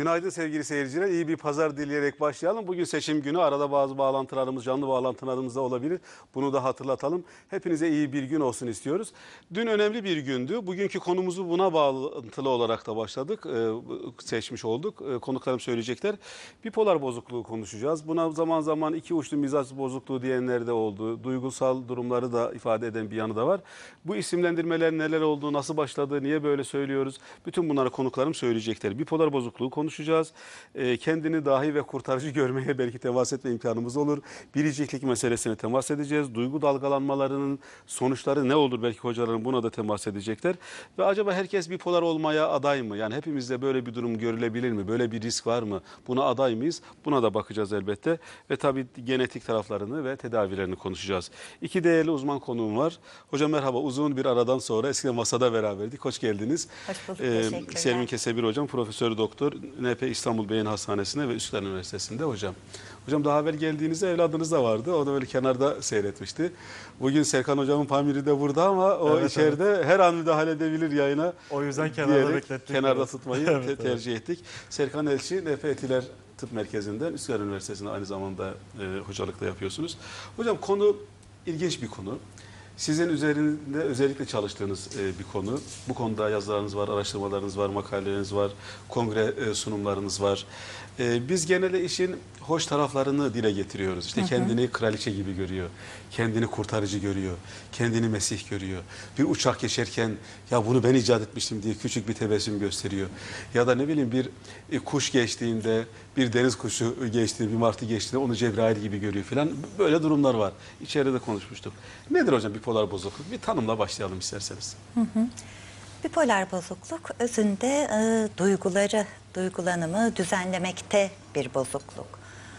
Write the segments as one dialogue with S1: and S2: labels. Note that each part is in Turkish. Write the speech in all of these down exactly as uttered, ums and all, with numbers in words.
S1: Günaydın sevgili seyirciler. İyi bir pazar dileyerek başlayalım. Bugün seçim günü. Arada bazı bağlantılarımız, canlı bağlantılarımız da olabilir. Bunu da hatırlatalım. Hepinize iyi bir gün olsun istiyoruz. Dün önemli bir gündü. Bugünkü konumuzu buna bağlantılı olarak da başladık. Ee, seçmiş olduk. Ee, konuklarım söyleyecekler. Bipolar bozukluğu konuşacağız. Buna zaman zaman iki uçlu mizaç bozukluğu diyenler de oldu. Duygusal durumları da ifade eden bir yanı da var. Bu isimlendirmeler neler oldu, nasıl başladı, niye böyle söylüyoruz? Bütün bunları konuklarım söyleyecekler. Bipolar bozukluğu konuşacağız. E, kendini dahi ve kurtarıcı görmeye belki temas etme imkanımız olur. Biriciklik meselesine temas edeceğiz. Duygu dalgalanmalarının sonuçları ne olur belki hocaların buna da temas edecekler. Ve acaba herkes bipolar olmaya aday mı? Yani hepimizde böyle bir durum görülebilir mi? Böyle bir risk var mı? Buna aday mıyız? Buna da bakacağız elbette. Ve tabii genetik taraflarını ve tedavilerini konuşacağız. İki değerli uzman konuğum var. Hocam merhaba. Uzun bir aradan sonra eskiden masada beraberdik. Hoş geldiniz.
S2: Hoş bulduk.
S1: Ee,
S2: Teşekkürler.
S1: Selmin Kesebir hocam, Profesör Doktor, N P İstanbul Beyin Hastanesi'nde ve Üsküdar Üniversitesi'nde hocam. Hocam daha evvel geldiğinizde evladınız da vardı. O da böyle kenarda seyretmişti. Bugün Serkan hocamın pamiri de burada ama o
S3: Evet,
S1: içeride evet. her an müdahale edebilir yayına.
S3: O yüzden kenarda beklettik.
S1: Kenarda
S3: biraz.
S1: tutmayı
S3: evet,
S1: te
S3: evet.
S1: tercih ettik. Serkan Elçi, N P Etiler Tıp Merkezi'nden Üsküdar Üniversitesi'nde aynı zamanda e, hocalık da yapıyorsunuz. Hocam konu ilginç bir konu. Sizin üzerinde özellikle çalıştığınız bir konu. Bu konuda yazılarınız var, araştırmalarınız var, makaleleriniz var, kongre sunumlarınız var. Biz genelde işin hoş taraflarını dile getiriyoruz. İşte hı hı. kendini kraliçe gibi görüyor, kendini kurtarıcı görüyor, kendini Mesih görüyor. Bir uçak geçerken ya bunu ben icat etmiştim diye küçük bir tebessüm gösteriyor. Ya da ne bileyim bir kuş geçtiğinde, bir deniz kuşu geçtiğinde, bir martı geçtiğinde onu Cebrail gibi görüyor falan. Böyle durumlar var. İçeride de konuşmuştuk. Nedir hocam bipolar bozukluk? Bir tanımla başlayalım isterseniz.
S2: Hı hı. Bipolar bozukluk özünde e, duyguları, duygulanımı düzenlemekte bir bozukluk.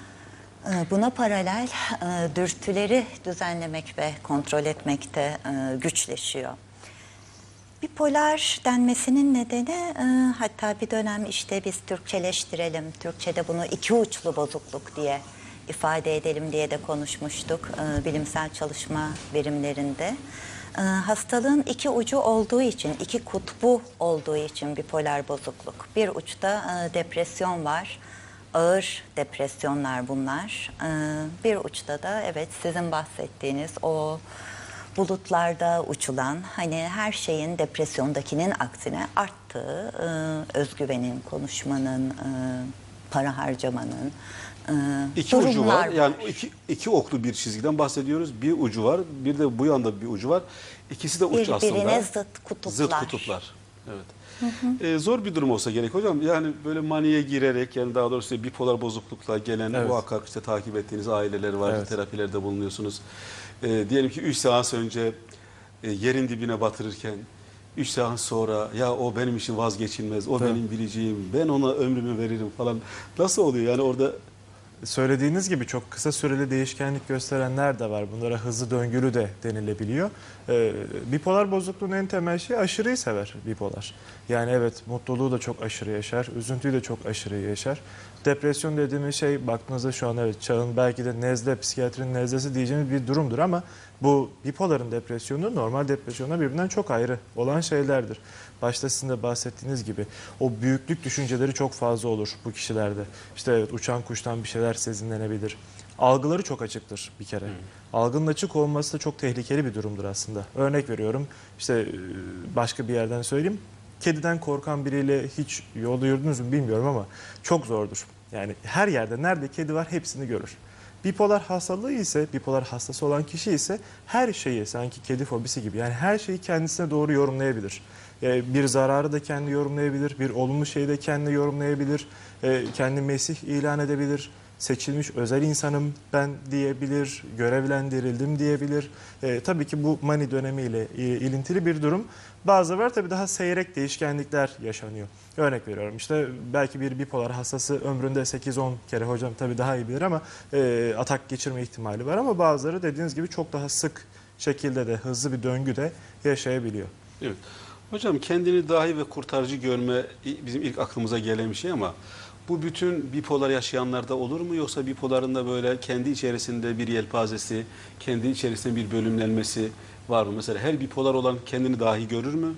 S2: E, buna paralel e, dürtüleri düzenlemek ve kontrol etmekte e, güçleşiyor. Bipolar denmesinin nedeni e, hatta bir dönem işte biz Türkçeleştirelim, Türkçe'de bunu iki uçlu bozukluk diye ifade edelim diye de konuşmuştuk e, bilimsel çalışma verimlerinde. E, hastalığın iki ucu olduğu için, iki kutbu olduğu için bipolar bozukluk. Bir uçta e, depresyon var, ağır depresyonlar bunlar. E, bir uçta da evet sizin bahsettiğiniz o bulutlarda uçulan, hani her şeyin depresyondakinin aksine arttığı, e, özgüvenin, konuşmanın, e, para harcamanın, e,
S1: İki ucu var.
S2: var.
S1: Yani iki, iki oklu bir çizgiden bahsediyoruz. Bir ucu var, bir de bu yanda bir ucu var. İkisi de uç aslında.
S2: Birbirine zıt kutuplar.
S1: Zıt kutuplar. Evet. Hı hı. Ee, zor bir durum olsa gerek hocam. Yani böyle maniye girerek, yani daha doğrusu bipolar bozuklukla gelen
S3: evet.
S1: muhakkak işte takip ettiğiniz aileler var,
S3: evet.
S1: terapilerde bulunuyorsunuz. Ee, diyelim ki üç seans önce e, yerin dibine batırırken üç seans sonra ya o benim için vazgeçilmez, o evet. benim bileceğim, ben ona ömrümü veririm falan. Nasıl oluyor yani orada?
S3: Söylediğiniz gibi çok kısa süreli değişkenlik gösterenler de var. Bunlara hızlı döngülü de denilebiliyor. Ee, bipolar bozukluğun en temel şeyi aşırıyı sever bipolar. Yani evet mutluluğu da çok aşırı yaşar, üzüntüyü de çok aşırı yaşar. Depresyon dediğimiz şey baktığınızda şu an evet çağın belki de nezle, psikiyatrinin nezlesi diyeceğimiz bir durumdur ama bu bipoların depresyonu normal depresyonla birbirinden çok ayrı olan şeylerdir. Başta sizin de bahsettiğiniz gibi o büyüklük düşünceleri çok fazla olur bu kişilerde. İşte evet uçan kuştan bir şeyler sezinlenebilir. Algıları çok açıktır bir kere. Hmm. Algının açık olması da çok tehlikeli bir durumdur aslında. Örnek veriyorum işte başka bir yerden söyleyeyim. Kediden korkan biriyle hiç yolda yürüdünüz mü bilmiyorum ama çok zordur. Yani her yerde nerede kedi var hepsini görür. Bipolar hastalığı ise, bipolar hastası olan kişi ise her şeyi sanki kedi fobisi gibi yani her şeyi kendisine doğru yorumlayabilir. Bir zararı da kendi yorumlayabilir, bir olumlu şeyi de kendi yorumlayabilir, kendi Mesih ilan edebilir. Seçilmiş özel insanım ben diyebilir, görevlendirildim diyebilir. E, tabii ki bu mani dönemiyle e, ilintili bir durum. Bazıları var tabii daha seyrek değişkenlikler yaşanıyor. Örnek veriyorum işte belki bir bipolar hastası ömründe sekiz on kere hocam tabii daha iyi bilir ama e, atak geçirme ihtimali var. Ama bazıları dediğiniz gibi çok daha sık şekilde de hızlı bir döngüde yaşayabiliyor.
S1: Evet. Hocam kendini dahi ve kurtarıcı görme bizim ilk aklımıza gelen bir şey ama bu bütün bipolar yaşayanlarda olur mu yoksa bipoların da böyle kendi içerisinde bir yelpazesi, kendi içerisinde bir bölümlenmesi var mı? Mesela her bipolar olan kendini dahi görür mü?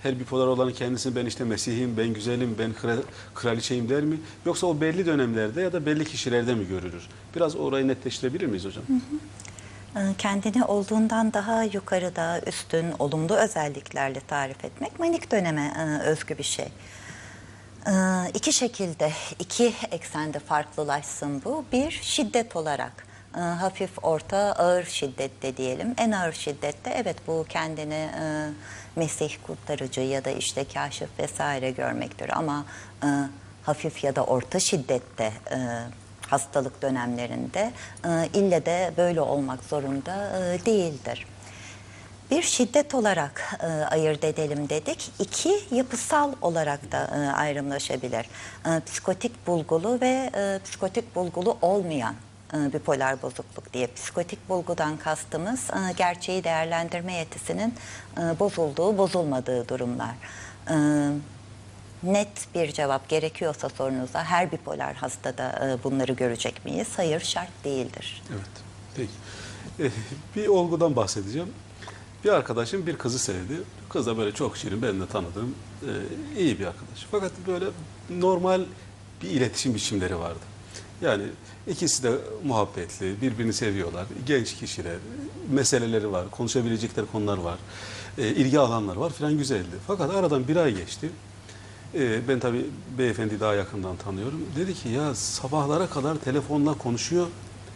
S1: her bipolar olanın kendisini ben işte Mesih'im, ben güzelim, ben kra- kraliçeyim der mi? Yoksa o belli dönemlerde ya da belli kişilerde mi görülür? Biraz orayı netleştirebilir miyiz hocam?
S2: Ee, Kendini olduğundan daha yukarıda, üstün, olumlu özelliklerle tarif etmek manik döneme e, özgü bir şey. Ee, İki şekilde, iki eksende farklılaşsın bu. Bir, şiddet olarak. Ee, Hafif, orta, ağır şiddette diyelim. En ağır şiddette evet bu kendini e, Mesih, kurtarıcı ya da işte kaşif vesaire görmektir. Ama e, hafif ya da orta şiddette e, hastalık dönemlerinde e, ille de böyle olmak zorunda e, değildir. Bir şiddet olarak e, ayırt edelim dedik. İki, yapısal olarak da e, ayrımlaşabilir. E, psikotik bulgulu ve e, psikotik bulgulu olmayan e, bipolar bozukluk diye. Psikotik bulgudan kastımız e, gerçeği değerlendirme yetisinin e, bozulduğu, bozulmadığı durumlar. E, net bir cevap gerekiyorsa sorunuza, her bipolar hastada e, bunları görecek miyiz? Hayır, şart değildir.
S1: Evet. Peki. Ee, bir olgudan bahsedeceğim. Bir arkadaşım bir kızı sevdi. Kız da böyle çok şirin, benim de tanıdığım e, iyi bir arkadaş. Fakat böyle normal bir iletişim biçimleri vardı. Yani ikisi de muhabbetli, birbirini seviyorlar. Genç kişiler, meseleleri var, konuşabilecekleri konular var. E, ilgi alanları var filan, güzeldi. Fakat aradan bir ay geçti. E, ben tabii beyefendi daha yakından tanıyorum. Dedi ki ya sabahlara kadar telefonla konuşuyor.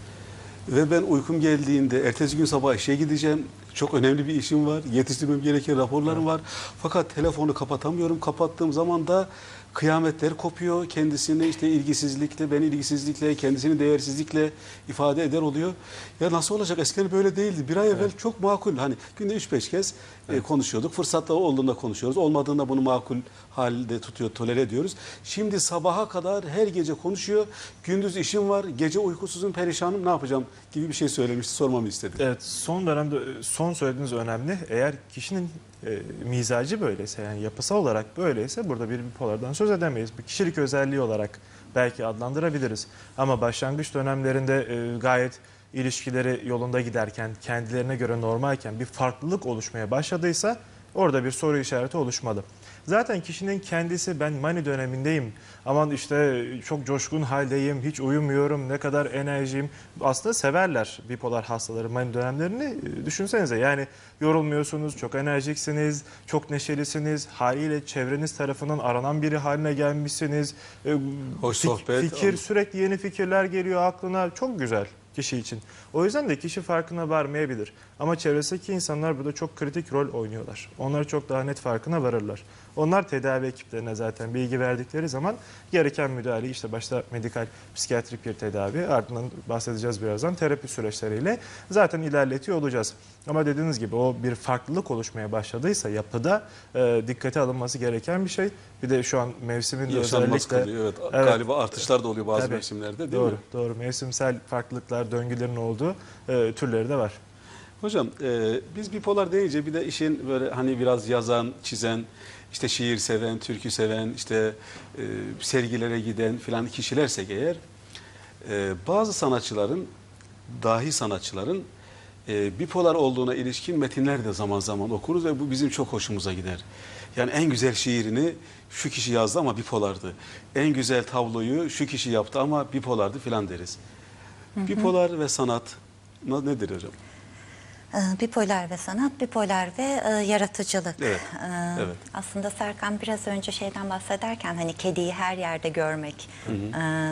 S1: Ve ben uykum geldiğinde ertesi gün sabah işe gideceğim. Çok önemli bir işim var. Yetiştirmem gereken raporlarım var. Fakat telefonu kapatamıyorum. Kapattığım zaman da kıyametler kopuyor. Kendisini işte ilgisizlikle, beni ilgisizlikle, kendisini değersizlikle ifade eder oluyor. Ya nasıl olacak? Eskiden böyle değildi. Bir ay evvel evet. çok makul. Hani günde üç beş kez evet. e, konuşuyorduk. Fırsatla olduğunda konuşuyoruz. Olmadığında bunu makul halde tutuyor, tolere ediyoruz. Şimdi sabaha kadar her gece konuşuyor. Gündüz işim var, gece uykusuzum, perişanım, ne yapacağım gibi bir şey söylemişti, sormamı istedi.
S3: Evet, son dönemde son söylediğiniz önemli. Eğer kişinin e, mizacı böyleyse, yani yapısal olarak böyleyse burada bir bipolardan söz edemeyiz. Bir kişilik özelliği olarak belki adlandırabiliriz. Ama başlangıç dönemlerinde e, gayet ilişkileri yolunda giderken, kendilerine göre normalken bir farklılık oluşmaya başladıysa orada bir soru işareti oluşmalı. Zaten kişinin kendisi ben mani dönemindeyim, aman işte çok coşkun haldeyim, hiç uyumuyorum, ne kadar enerjiyim. Aslında severler bipolar hastaları mani dönemlerini. Düşünsenize, yani yorulmuyorsunuz, çok enerjiksiniz, çok neşelisiniz, haliyle çevreniz tarafından aranan biri haline gelmişsiniz.
S1: Hoş
S3: Fik-
S1: sohbet.
S3: Fikir, sürekli yeni fikirler geliyor aklına, çok güzel kişi için. O yüzden de kişi farkına varmayabilir. Ama çevresindeki insanlar burada çok kritik rol oynuyorlar. Onlar çok daha net farkına varırlar. Onlar tedavi ekiplerine zaten bilgi verdikleri zaman gereken müdahaleyi, işte başta medikal, psikiyatrik bir tedavi, ardından bahsedeceğiz birazdan, terapi süreçleriyle zaten ilerletiyor olacağız. Ama dediğiniz gibi o bir farklılık oluşmaya başladıysa yapıda e, dikkate alınması gereken bir şey. Bir de şu an mevsimin de
S1: Yaşanmaz
S3: özellikle...
S1: kılıyor. Evet.
S3: Evet.
S1: Galiba artışlar da oluyor bazı
S3: Tabii.
S1: mevsimlerde, değil
S3: Doğru,
S1: mi?
S3: doğru. Mevsimsel farklılıklar, döngülerin olduğu e, türleri de var.
S1: Hocam e, biz bipolar deyince bir de işin böyle hani biraz yazan, çizen, işte şiir seven, türkü seven, işte e, sergilere giden filan kişilersek eğer, e, bazı sanatçıların, dahi sanatçıların e, bipolar olduğuna ilişkin metinler de zaman zaman okuruz ve bu bizim çok hoşumuza gider. Yani en güzel şiirini şu kişi yazdı ama bipolardı. En güzel tabloyu şu kişi yaptı ama bipolardı filan deriz. Hı hı. Bipolar ve sanat nedir hocam?
S2: Bipolar ve sanat, bipolar ve e, yaratıcılık.
S1: Evet,
S2: Ee,
S1: evet.
S2: Aslında Serkan biraz önce şeyden bahsederken hani kediyi her yerde görmek. Hı hı. E,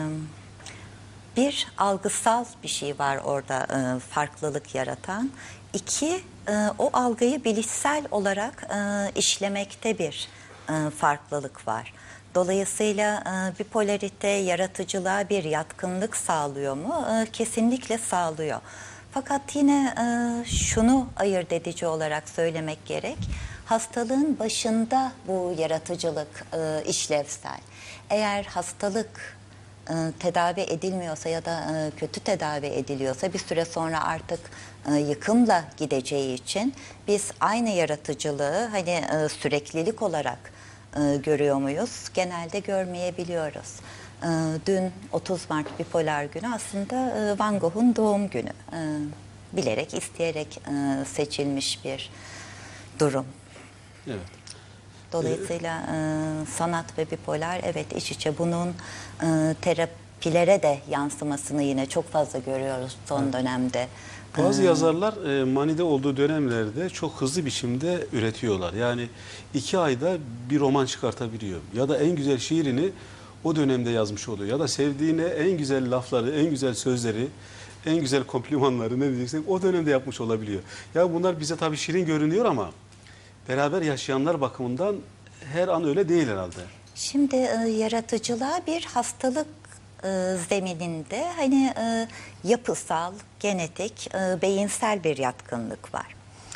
S2: bir algısal bir şey var orada e, farklılık yaratan. İki, e, o algıyı bilişsel olarak e, işlemekte bir e, farklılık var. Dolayısıyla e, bipolarite yaratıcılığa bir yatkınlık sağlıyor mu? E, kesinlikle sağlıyor. Fakat yine e, şunu ayırt edici olarak söylemek gerek. Hastalığın başında bu yaratıcılık e, işlevsel. Eğer hastalık e, tedavi edilmiyorsa ya da e, kötü tedavi ediliyorsa bir süre sonra artık e, yıkımla gideceği için biz aynı yaratıcılığı hani e, süreklilik olarak e, görüyor muyuz? Genelde görmeyebiliyoruz. Dün otuz Mart Bipolar Günü aslında Van Gogh'un doğum günü. Bilerek, isteyerek seçilmiş bir durum.
S1: Evet.
S2: Dolayısıyla e, sanat ve bipolar evet iç içe. Bunun e, terapilere de yansımasını yine çok fazla görüyoruz son
S1: Evet.
S2: dönemde.
S1: Bazı
S2: E,
S1: yazarlar e, manide olduğu dönemlerde çok hızlı biçimde üretiyorlar. Yani iki ayda bir roman çıkartabiliyor. Ya da en güzel şiirini o dönemde yazmış oluyor. Ya da sevdiğine en güzel lafları, en güzel sözleri, en güzel komplimanları ne diyeceksek o dönemde yapmış olabiliyor. Ya bunlar bize tabii şirin görünüyor ama beraber yaşayanlar bakımından her an öyle değil herhalde.
S2: Şimdi e, yaratıcılığa bir hastalık e, zemininde hani e, yapısal, genetik, e, beyinsel bir yatkınlık var.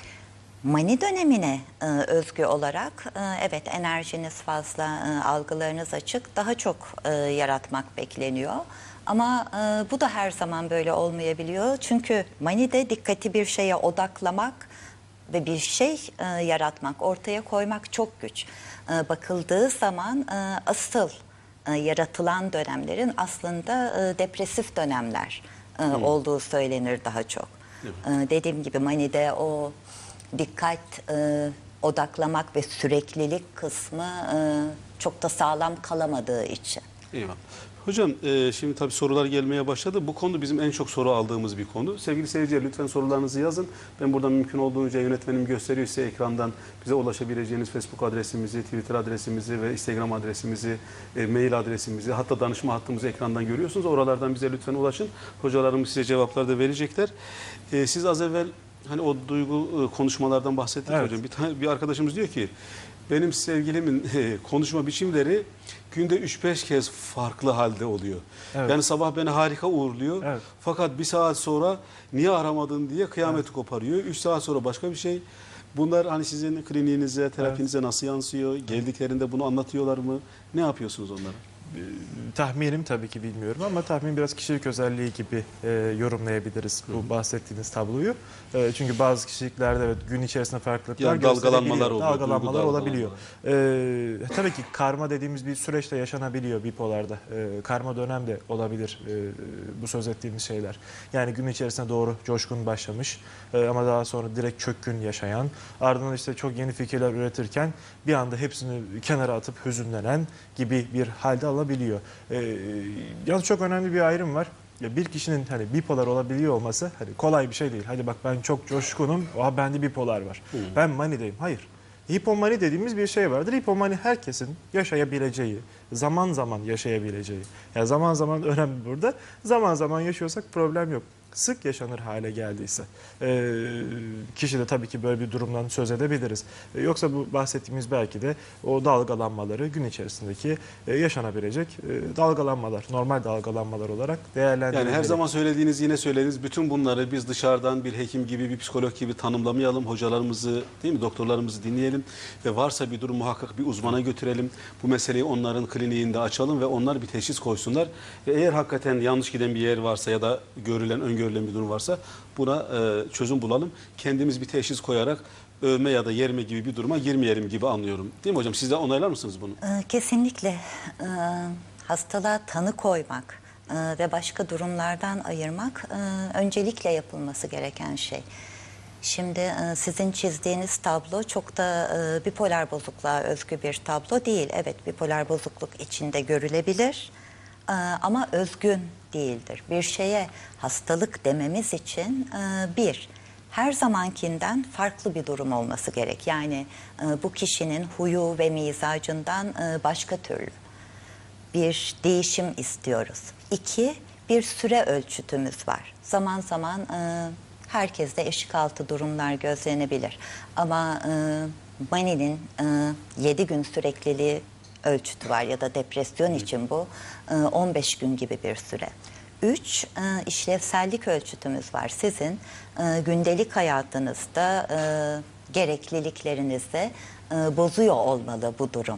S2: Mani dönemine e, özgü olarak e, evet enerjiniz fazla, e, algılarınız açık, daha çok e, yaratmak bekleniyor. Ama e, bu da her zaman böyle olmayabiliyor. Çünkü manide dikkati bir şeye odaklamak ve bir şey e, yaratmak, ortaya koymak çok güç. E, bakıldığı zaman e, asıl e, yaratılan dönemlerin aslında e, depresif dönemler e, olduğu söylenir daha çok. E, dediğim gibi manide o dikkat, e, odaklamak ve süreklilik kısmı e, çok da sağlam kalamadığı için.
S1: Eyvallah. Hocam e, şimdi tabii sorular gelmeye başladı. Bu konu bizim en çok soru aldığımız bir konu. Sevgili seyirciler lütfen sorularınızı yazın. Ben buradan mümkün olduğunca yönetmenim gösteriyor size ekrandan bize ulaşabileceğiniz Facebook adresimizi, Twitter adresimizi ve Instagram adresimizi, e, mail adresimizi, hatta danışma hattımızı ekrandan görüyorsunuz. Oralardan bize lütfen ulaşın. Hocalarımız size cevaplar da verecekler. E, siz az evvel hani o duygu e, konuşmalardan bahsettik
S3: Evet.
S1: hocam. Bir tane bir arkadaşımız diyor ki benim sevgilimin e, konuşma biçimleri günde üç beş kez farklı halde oluyor.
S3: Evet.
S1: Yani sabah beni harika uğurluyor.
S3: Evet.
S1: Fakat bir saat sonra niye aramadın diye kıyameti koparıyor. Üç saat sonra başka bir şey. Bunlar hani sizin kliniğinize, terapinize nasıl yansıyor? Geldiklerinde bunu anlatıyorlar mı? Ne yapıyorsunuz onlara?
S3: Tahminim tabii ki bilmiyorum ama tahmin biraz kişilik özelliği gibi e, yorumlayabiliriz bu bahsettiğiniz tabloyu. E, çünkü bazı kişiliklerde evet gün içerisinde farklılıklar
S1: Yani dalgalanmalar
S3: gösterebiliyor.
S1: oluyor,
S3: Dalgalanmalar
S1: duygu
S3: olabiliyor. E, tabii ki karma dediğimiz bir süreçte yaşanabiliyor bipolarda. E, karma dönem de olabilir e, bu söz ettiğimiz şeyler. Yani gün içerisinde doğru coşkun başlamış e, ama daha sonra direkt çökkün yaşayan, ardından işte çok yeni fikirler üretirken bir anda hepsini kenara atıp hüzünlenen gibi bir halde alabiliyor. Ee, yalnız çok önemli bir ayrım var. Ya bir kişinin hani bipolar olabiliyor olması hani kolay bir şey değil. Hadi bak ben çok coşkunum, oha bende bipolar var.
S1: Hı.
S3: Ben manideyim. Hayır. Hipomani dediğimiz bir şey vardır. Hipomani herkesin yaşayabileceği, zaman zaman yaşayabileceği. Ya zaman zaman önemli burada. Zaman zaman yaşıyorsak problem yok. Sık yaşanır hale geldiyse e, kişi de tabii ki böyle bir durumdan söz edebiliriz. E, yoksa bu bahsettiğimiz belki de o dalgalanmaları gün içerisindeki e, yaşanabilecek e, dalgalanmalar, normal dalgalanmalar olarak değerlendirilebilir.
S1: Yani her zaman söylediğiniz yine söylediğiniz bütün bunları biz dışarıdan bir hekim gibi, bir psikolog gibi tanımlamayalım. Hocalarımızı, değil mi, doktorlarımızı dinleyelim ve varsa bir durum muhakkak bir uzmana götürelim. Bu meseleyi onların kliniğinde açalım ve onlar bir teşhis koysunlar. Ve eğer hakikaten yanlış giden bir yer varsa ya da görülen, öngörülen bir durum varsa buna e, çözüm bulalım. Kendimiz bir teşhis koyarak övme ya da yerme gibi bir duruma girmeyelim gibi anlıyorum. Değil mi hocam? Siz de onaylar mısınız bunu?
S2: Ee, Kesinlikle Ee, hastalığa tanı koymak e, ve başka durumlardan ayırmak e, öncelikle yapılması gereken şey. Şimdi e, sizin çizdiğiniz tablo çok da e, bipolar bozukluğa özgü bir tablo değil. Evet, bipolar bozukluk içinde görülebilir e, ama özgün değildir. Bir şeye hastalık dememiz için e, bir, her zamankinden farklı bir durum olması gerek. Yani e, bu kişinin huyu ve mizacından e, başka türlü bir değişim istiyoruz. İki, bir süre ölçütümüz var. Zaman zaman e, herkeste eşik altı durumlar gözlenebilir. Ama e, maninin e, yedi gün sürekliliği ölçütü var ya da depresyon için bu e, on beş gün gibi bir süre. Üç, e, işlevsellik ölçütümüz var. Sizin e, gündelik hayatınızda e, gerekliliklerinizi e, bozuyor olmalı bu durum.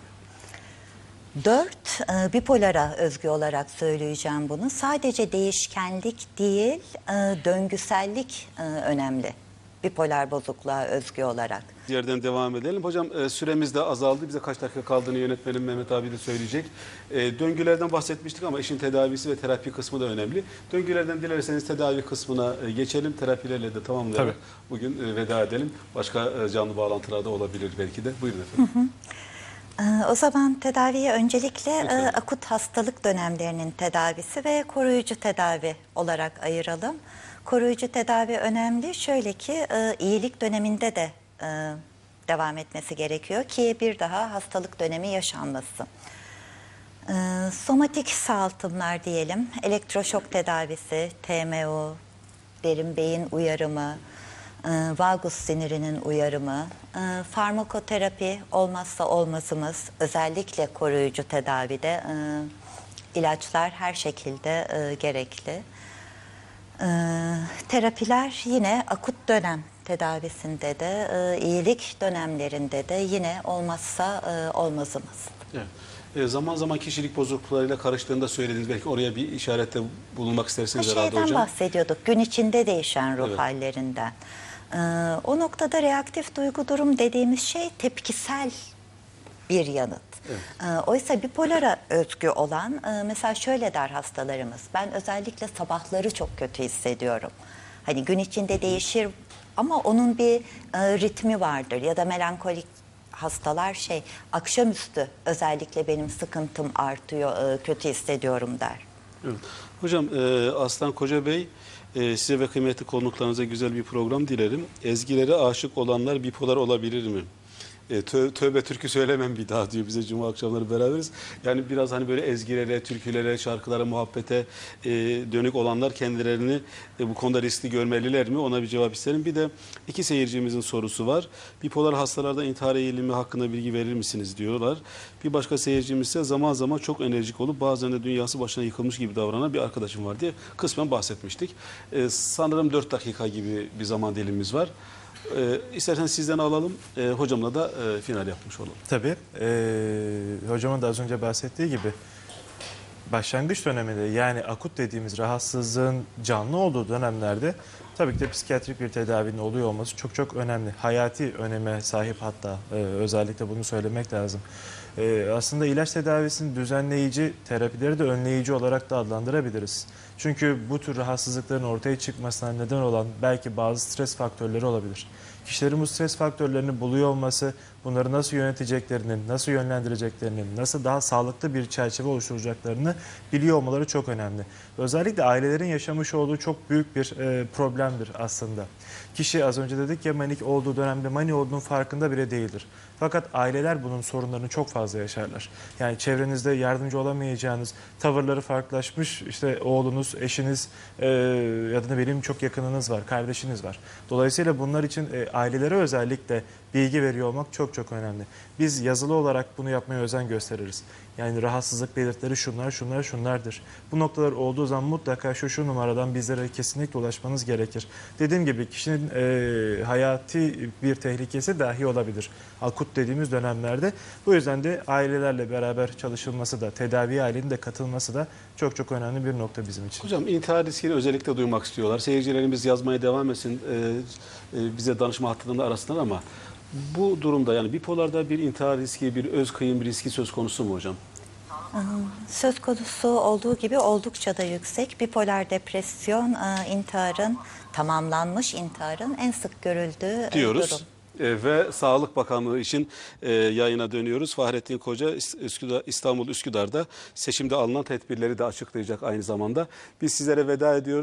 S2: Dört, e, bipolara özgü olarak söyleyeceğim bunu. Sadece değişkenlik değil, e, döngüsellik e, önemli. Bipolar bozukluğa özgü olarak.
S1: Yerden devam edelim. Hocam e, süremiz de azaldı. Bize kaç dakika kaldığını yönetmenim Mehmet abi de söyleyecek. E, döngülerden bahsetmiştik ama işin tedavisi ve terapi kısmı da önemli. Döngülerden dilerseniz tedavi kısmına e, geçelim. Terapilerle de tamamlayalım.
S3: Tabii.
S1: Bugün e, veda edelim. Başka e, canlı bağlantılarda olabilir belki de. Buyurun efendim. Hı hı.
S2: Ee, O zaman tedaviye öncelikle e, akut hastalık dönemlerinin tedavisi ve koruyucu tedavi olarak ayıralım. Koruyucu tedavi önemli. Şöyle ki e, iyilik döneminde de e, devam etmesi gerekiyor ki bir daha hastalık dönemi yaşanmasın. Ee, somatik sağaltımlar diyelim, elektroşok tedavisi, T M O, derin beyin uyarımı, e, vagus sinirinin uyarımı, e, farmakoterapi olmazsa olmazımız, özellikle koruyucu tedavide e, ilaçlar her şekilde e, gerekli. E, terapiler yine akut dönem tedavisinde de, e, iyilik dönemlerinde de yine olmazsa e, olmazımız.
S1: Evet. E, zaman zaman kişilik bozukluklarıyla karıştığında söylediniz. Belki oraya bir işarette bulunmak
S2: Ha,
S1: isterseniz herhalde
S2: şeyden
S1: hocam.
S2: bahsediyorduk, gün içinde değişen ruh
S1: Evet.
S2: hallerinden. Ee, o noktada reaktif duygu durum dediğimiz şey tepkisel bir yanıt. Ee, oysa bipolara özgü olan, e, mesela şöyle der hastalarımız, ben özellikle sabahları çok kötü hissediyorum. Hani gün içinde değişir ama onun bir e, ritmi vardır ya da melankolik hastalar şey, akşamüstü özellikle benim sıkıntım artıyor, e, kötü hissediyorum der.
S1: Evet. Hocam e, Aslan Koca Bey, e, size ve kıymetli konuklarınıza güzel bir program dilerim. Ezgilere aşık olanlar bipolar olabilir mi? E, tö, tövbe türkü söylemem bir daha diyor bize cuma akşamları beraberiz. Yani biraz hani böyle ezgilere, türkülere, şarkılara, muhabbete e, dönük olanlar kendilerini e, bu konuda riskli görmeliler mi? Ona bir cevap isterim. Bir de iki seyircimizin sorusu var. Bipolar hastalarda intihar eğilimi hakkında bilgi verir misiniz diyorlar. Bir başka seyircimiz ise zaman zaman çok enerjik olup bazen de dünyası başına yıkılmış gibi davranan bir arkadaşım var diye kısmen bahsetmiştik. E, sanırım dört dakika gibi bir zaman dilimimiz var. Ee, istersen sizden alalım, ee, hocamla da e, final yapmış olalım.
S3: Tabii. Ee, hocamın da az önce bahsettiği gibi başlangıç döneminde, yani akut dediğimiz rahatsızlığın canlı olduğu dönemlerde tabii ki de psikiyatrik bir tedavinin oluyor olması çok çok önemli. Hayati öneme sahip hatta, e, özellikle bunu söylemek lazım. E, aslında ilaç tedavisini düzenleyici, terapileri de önleyici olarak da adlandırabiliriz. Çünkü bu tür rahatsızlıkların ortaya çıkmasına neden olan belki bazı stres faktörleri olabilir. Kişilerin bu stres faktörlerini buluyor olması, bunları nasıl yöneteceklerini, nasıl yönlendireceklerini, nasıl daha sağlıklı bir çerçeve oluşturacaklarını biliyor olmaları çok önemli. Özellikle ailelerin yaşamış olduğu çok büyük bir e, problemdir aslında. Kişi, az önce dedik ya, manik olduğu dönemde mani olduğunun farkında bile değildir. Fakat aileler bunun sorunlarını çok fazla yaşarlar. Yani çevrenizde yardımcı olamayacağınız, tavırları farklılaşmış işte oğlunuz, eşiniz e, ya da ne bileyim çok yakınınız var, kardeşiniz var. Dolayısıyla bunlar için e, ailelere özellikle bilgi veriyor olmak çok çok önemli. Biz yazılı olarak bunu yapmaya özen gösteririz. Yani rahatsızlık belirtileri şunlar, şunlar, şunlardır. Bu noktalar olduğu zaman mutlaka şu şu numaradan bizlere kesinlikle ulaşmanız gerekir. Dediğim gibi kişinin e, hayati bir tehlikesi dahi olabilir akut dediğimiz dönemlerde. Bu yüzden de ailelerle beraber çalışılması da, tedaviye ailenin de katılması da çok çok önemli bir nokta bizim için.
S1: Hocam intihar riskini özellikle duymak istiyorlar. Seyircilerimiz yazmaya devam etsin, e, e, bize danışma hattında arasınlar ama bu durumda yani bipolarda bir intihar riski, bir öz kıyım riski söz konusu mu hocam?
S2: Söz konusu olduğu gibi oldukça da yüksek. Bipolar depresyon, e, intiharın, tamamlanmış intiharın en sık görüldüğü e,
S1: Diyoruz.
S2: durum.
S1: E, ve Sağlık Bakanlığı için e, yayına dönüyoruz. Fahrettin Koca Üsküdar, İstanbul Üsküdar'da seçimde alınan tedbirleri de açıklayacak aynı zamanda. Biz sizlere veda ediyoruz.